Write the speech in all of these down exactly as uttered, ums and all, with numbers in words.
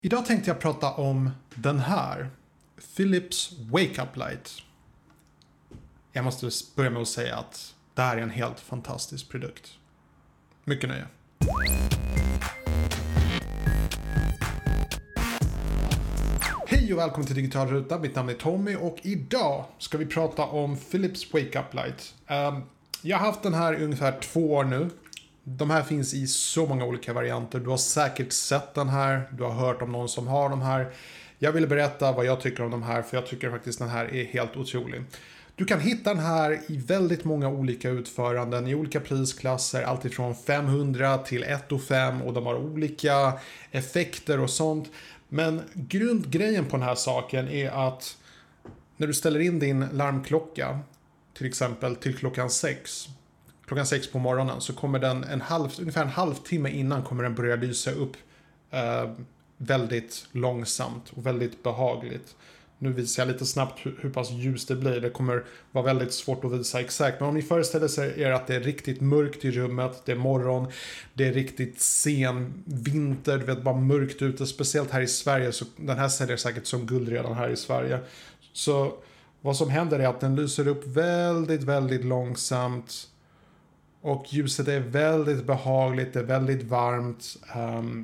Idag tänkte jag prata om den här. Philips Wake Up Light. Jag måste börja med att säga att det här är en helt fantastisk produkt. Mycket nöje. Hej och välkommen till Digital Ruta. Mitt namn är Tommy och idag ska vi prata om Philips Wake Up Light. Um, jag har haft den här i ungefär två år nu. De här finns i så många olika varianter. Du har säkert sett den här. Du har hört om någon som har de här. Jag vill berätta vad jag tycker om de här. För jag tycker faktiskt den här är helt otrolig. Du kan hitta den här i väldigt många olika utföranden. I olika prisklasser. Alltifrån femhundra till ett och fem. Och de har olika effekter och sånt. Men grundgrejen på den här saken är att när du ställer in din larmklocka. Till exempel till klockan sex. Klockan sex på morgonen så kommer den en halv, ungefär en halvtimme innan kommer den börja lysa upp eh, väldigt långsamt och väldigt behagligt. Nu visar jag lite snabbt hur, hur pass ljus det blir. Det kommer vara väldigt svårt att visa exakt. Men om ni föreställer sig er att det är riktigt mörkt i rummet. Det är morgon. Det är riktigt sen vinter. Du vet, bara mörkt ute. Speciellt här i Sverige. Så den här säljer säkert som guld redan här i Sverige. Så vad som händer är att den lyser upp väldigt, väldigt långsamt. Och ljuset är väldigt behagligt, det är väldigt varmt. Um,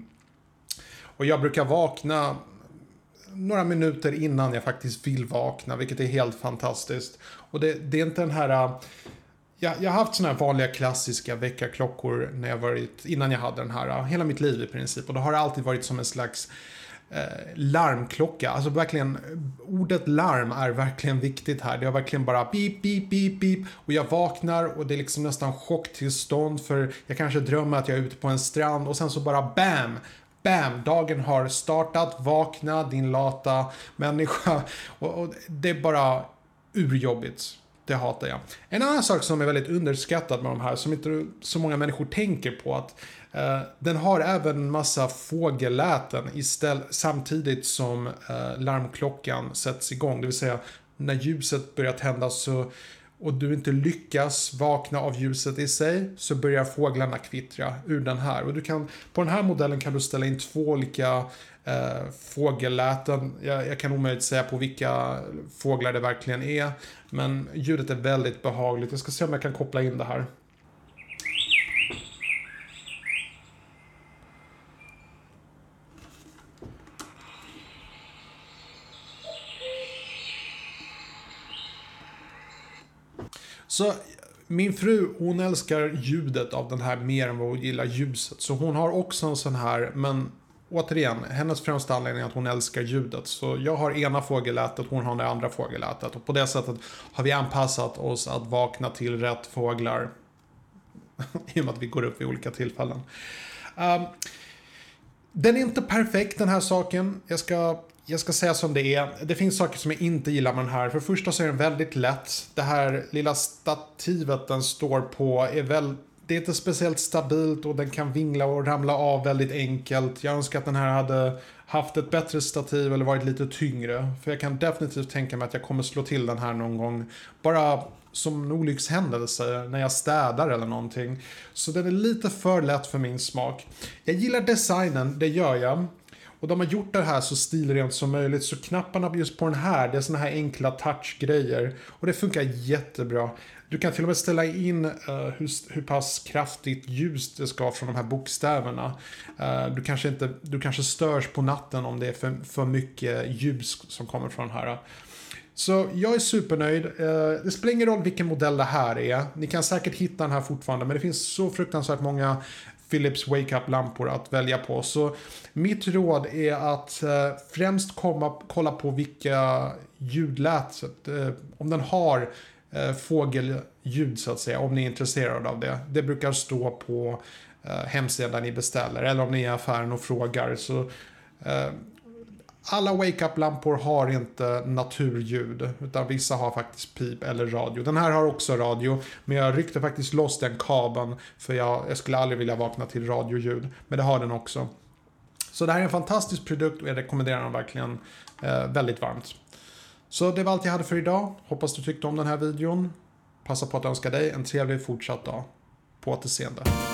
och jag brukar vakna några minuter innan jag faktiskt vill vakna, vilket är helt fantastiskt. Och det, det är inte den här... Uh, jag, jag har haft såna här vanliga klassiska väckarklockor när jag varit, innan jag hade den här. Uh, hela mitt liv i princip. Och det har alltid varit som en slags... Eh, larmklocka, alltså verkligen ordet larm är verkligen viktigt här. Det är verkligen bara pip, pip, pip, pip och jag vaknar och det är liksom nästan chocktillstånd för jag kanske drömmer att jag är ute på en strand och sen så bara bam, bam, dagen har startat, vakna din lata människa och, och det är bara urjobbigt. Det hatar jag. En annan sak som är väldigt underskattad med de här, som inte så många människor tänker på, att eh, den har även en massa fågelläten istället, samtidigt som eh, larmklockan sätts igång. Det vill säga, när ljuset börjar tändas så, och du inte lyckas vakna av ljuset i sig, så börjar fåglarna kvittra ur den här. Och du kan, på den här modellen kan du ställa in två olika eh, fågelläten. Jag, jag kan omöjligt säga på vilka fåglar det verkligen är. Men ljudet är väldigt behagligt. Jag ska se om jag kan koppla in det här. Så min fru, hon älskar ljudet av den här mer än vad hon gillar ljuset. Så hon har också en sån här, men återigen, hennes främsta anledning är att hon älskar ljudet. Så jag har ena fågellätet, hon har det andra fågellätet. Och på det sättet har vi anpassat oss att vakna till rätt fåglar. I och med att vi går upp vid olika tillfällen. Um, den är inte perfekt, den här saken. Jag ska... Jag ska säga som det är. Det finns saker som jag inte gillar med den här. För det första så är den väldigt lätt. Det här lilla stativet den står på är väl... Det är inte speciellt stabilt och den kan vingla och ramla av väldigt enkelt. Jag önskar att den här hade haft ett bättre stativ eller varit lite tyngre. För jag kan definitivt tänka mig att jag kommer slå till den här någon gång. Bara som en olyckshändelse när jag städar eller någonting. Så den är lite för lätt för min smak. Jag gillar designen, det gör jag. Och de har gjort det här så stilrent som möjligt. Så knapparna just på den här, det är såna här enkla touchgrejer. Och det funkar jättebra. Du kan till och med ställa in uh, hur, hur pass kraftigt ljus det ska från de här bokstäverna. Uh, du, kanske inte, du kanske störs på natten om det är för, för mycket ljus som kommer från den här. Så jag är supernöjd. Uh, det spelar ingen roll vilken modell det här är. Ni kan säkert hitta den här fortfarande. Men det finns så fruktansvärt många Philips Wake Up-lampor att välja på. Så mitt råd är att uh, främst komma, kolla på vilka ljudlät. Uh, om den har uh, fågelljud så att säga. Om ni är intresserade av det. Det brukar stå på uh, hemsidan ni beställer. Eller om ni är i affären och frågar. Så... Uh, Alla wake-up-lampor har inte naturljud, utan vissa har faktiskt pip eller radio. Den här har också radio, men jag ryckte faktiskt loss den kabeln för jag, jag skulle aldrig vilja vakna till radioljud. Men det har den också. Så det här är en fantastisk produkt och jag rekommenderar den verkligen eh, väldigt varmt. Så det var allt jag hade för idag. Hoppas du tyckte om den här videon. Passa på att önska dig en trevlig fortsatt dag. På återseende.